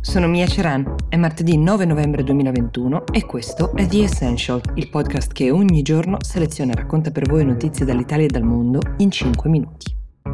sono Mia Ceran, è martedì 9 novembre 2021 e questo è The Essential, il podcast che ogni giorno seleziona e racconta per voi notizie dall'Italia e dal mondo in 5 minuti.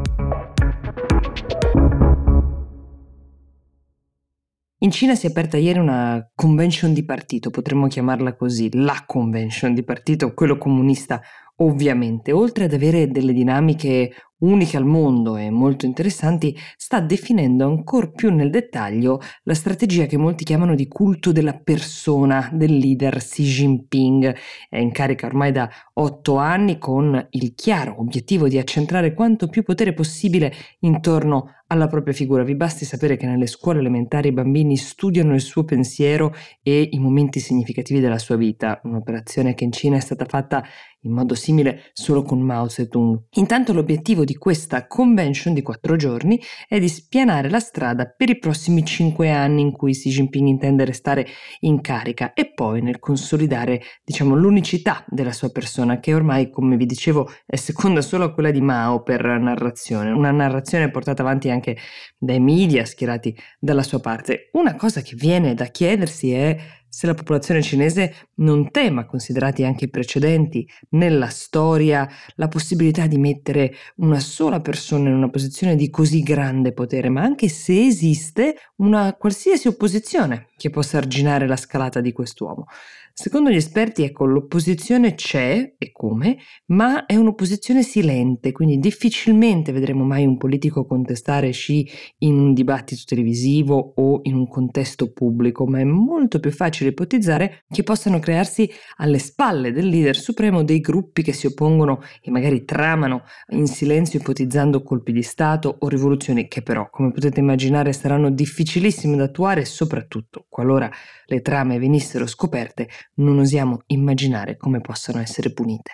In Cina si è aperta ieri una convention di partito, potremmo chiamarla così, la convention di partito, quello comunista ovviamente. Oltre ad avere delle dinamiche uniche al mondo e molto interessanti, sta definendo ancor più nel dettaglio la strategia che molti chiamano di culto della persona del leader Xi Jinping. È in carica ormai da 8 anni con il chiaro obiettivo di accentrare quanto più potere possibile intorno alla propria figura. Vi basti sapere che nelle scuole elementari i bambini studiano il suo pensiero e i momenti significativi della sua vita, un'operazione che in Cina è stata fatta in modo simile solo con Mao Zedong. Intanto l'obiettivo di questa convention di 4 giorni è di spianare la strada per i prossimi 5 anni in cui Xi Jinping intende restare in carica e poi nel consolidare, l'unicità della sua persona, che ormai, come vi dicevo, è seconda solo a quella di Mao per narrazione, una narrazione portata avanti anche dai media schierati dalla sua parte. Una cosa che viene da chiedersi è se la popolazione cinese non tema, considerati anche i precedenti, nella storia la possibilità di mettere una sola persona in una posizione di così grande potere, ma anche se esiste una qualsiasi opposizione che possa arginare la scalata di quest'uomo. Secondo gli esperti, l'opposizione c'è, e come, ma è un'opposizione silente, quindi difficilmente vedremo mai un politico contestare Xi in un dibattito televisivo o in un contesto pubblico, ma è molto più facile ipotizzare che possano crearsi alle spalle del leader supremo dei gruppi che si oppongono e magari tramano in silenzio ipotizzando colpi di stato o rivoluzioni che però, come potete immaginare, saranno difficilissime da attuare e soprattutto, qualora le trame venissero scoperte, non osiamo immaginare come possano essere punite.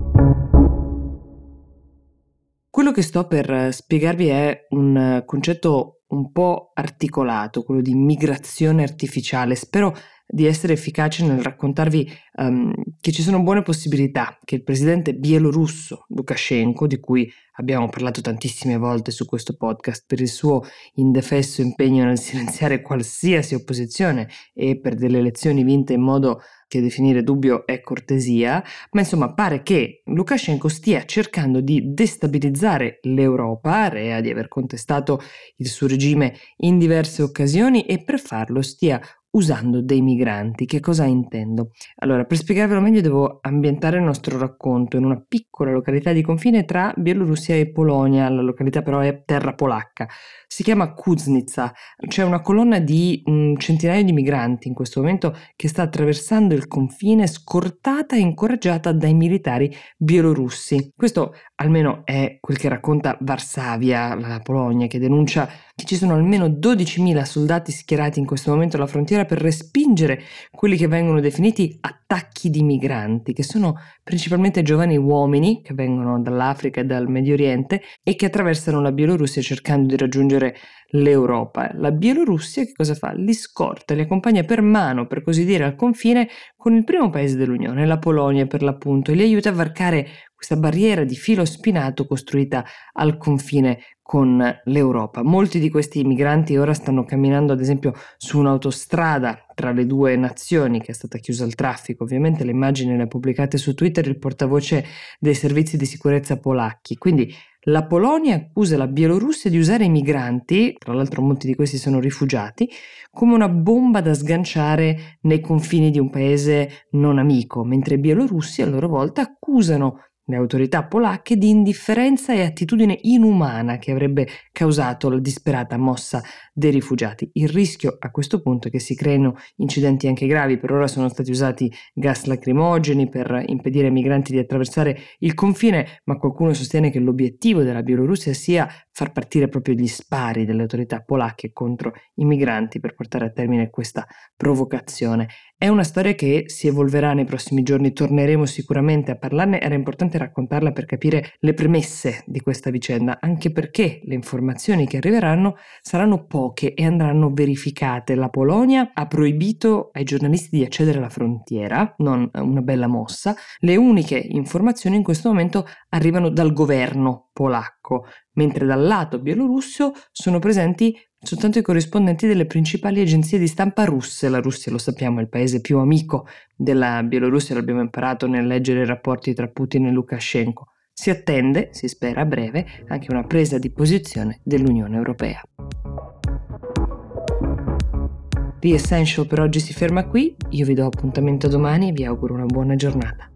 Quello che sto per spiegarvi è un concetto un po' articolato, quello di migrazione artificiale. Spero di essere efficace nel raccontarvi che ci sono buone possibilità che il presidente bielorusso Lukashenko, di cui abbiamo parlato tantissime volte su questo podcast per il suo indefesso impegno nel silenziare qualsiasi opposizione e per delle elezioni vinte in modo che definire dubbio è cortesia, ma insomma pare che Lukashenko stia cercando di destabilizzare l'Europa, rea di aver contestato il suo regime in diverse occasioni, e per farlo stia usando dei migranti. Che cosa intendo? Allora, per spiegarvelo meglio devo ambientare il nostro racconto in una piccola località di confine tra Bielorussia e Polonia. La località però è terra polacca. Si chiama Kuznitsa. C'è una colonna di centinaia di migranti in questo momento che sta attraversando il confine, scortata e incoraggiata dai militari bielorussi. Questo almeno è quel che racconta Varsavia, la Polonia, che denuncia che ci sono almeno 12.000 soldati schierati in questo momento alla frontiera per respingere quelli che vengono definiti attacchi di migranti, che sono principalmente giovani uomini che vengono dall'Africa e dal Medio Oriente e che attraversano la Bielorussia cercando di raggiungere l'Europa. La Bielorussia che cosa fa? Li scorta, li accompagna per mano, per così dire, al confine con il primo paese dell'Unione, la Polonia per l'appunto, e li aiuta a varcare questa barriera di filo spinato costruita al confine con l'Europa. Molti di questi migranti ora stanno camminando ad esempio su un'autostrada tra le due nazioni che è stata chiusa al traffico. Ovviamente le immagini le ha pubblicate su Twitter il portavoce dei servizi di sicurezza polacchi. Quindi la Polonia accusa la Bielorussia di usare i migranti, tra l'altro molti di questi sono rifugiati, come una bomba da sganciare nei confini di un paese non amico, mentre i bielorussi a loro volta accusano le autorità polacche di indifferenza e attitudine inumana che avrebbe causato la disperata mossa dei rifugiati. Il rischio a questo punto è che si creino incidenti anche gravi. Per ora sono stati usati gas lacrimogeni per impedire ai migranti di attraversare il confine, ma qualcuno sostiene che l'obiettivo della Bielorussia sia far partire proprio gli spari delle autorità polacche contro i migranti per portare a termine questa provocazione. È una storia che si evolverà nei prossimi giorni, torneremo sicuramente a parlarne. Era importante raccontarla per capire le premesse di questa vicenda, anche perché le informazioni che arriveranno saranno poche e andranno verificate. La Polonia ha proibito ai giornalisti di accedere alla frontiera, non una bella mossa. Le uniche informazioni in questo momento arrivano dal governo polacco, mentre dal lato bielorusso sono presenti soltanto i corrispondenti delle principali agenzie di stampa russe. La Russia, lo sappiamo, è il paese più amico della Bielorussia, l'abbiamo imparato nel leggere i rapporti tra Putin e Lukashenko. Si attende, si spera a breve, anche una presa di posizione dell'Unione Europea. The Essential per oggi si ferma qui, io vi do appuntamento domani e vi auguro una buona giornata.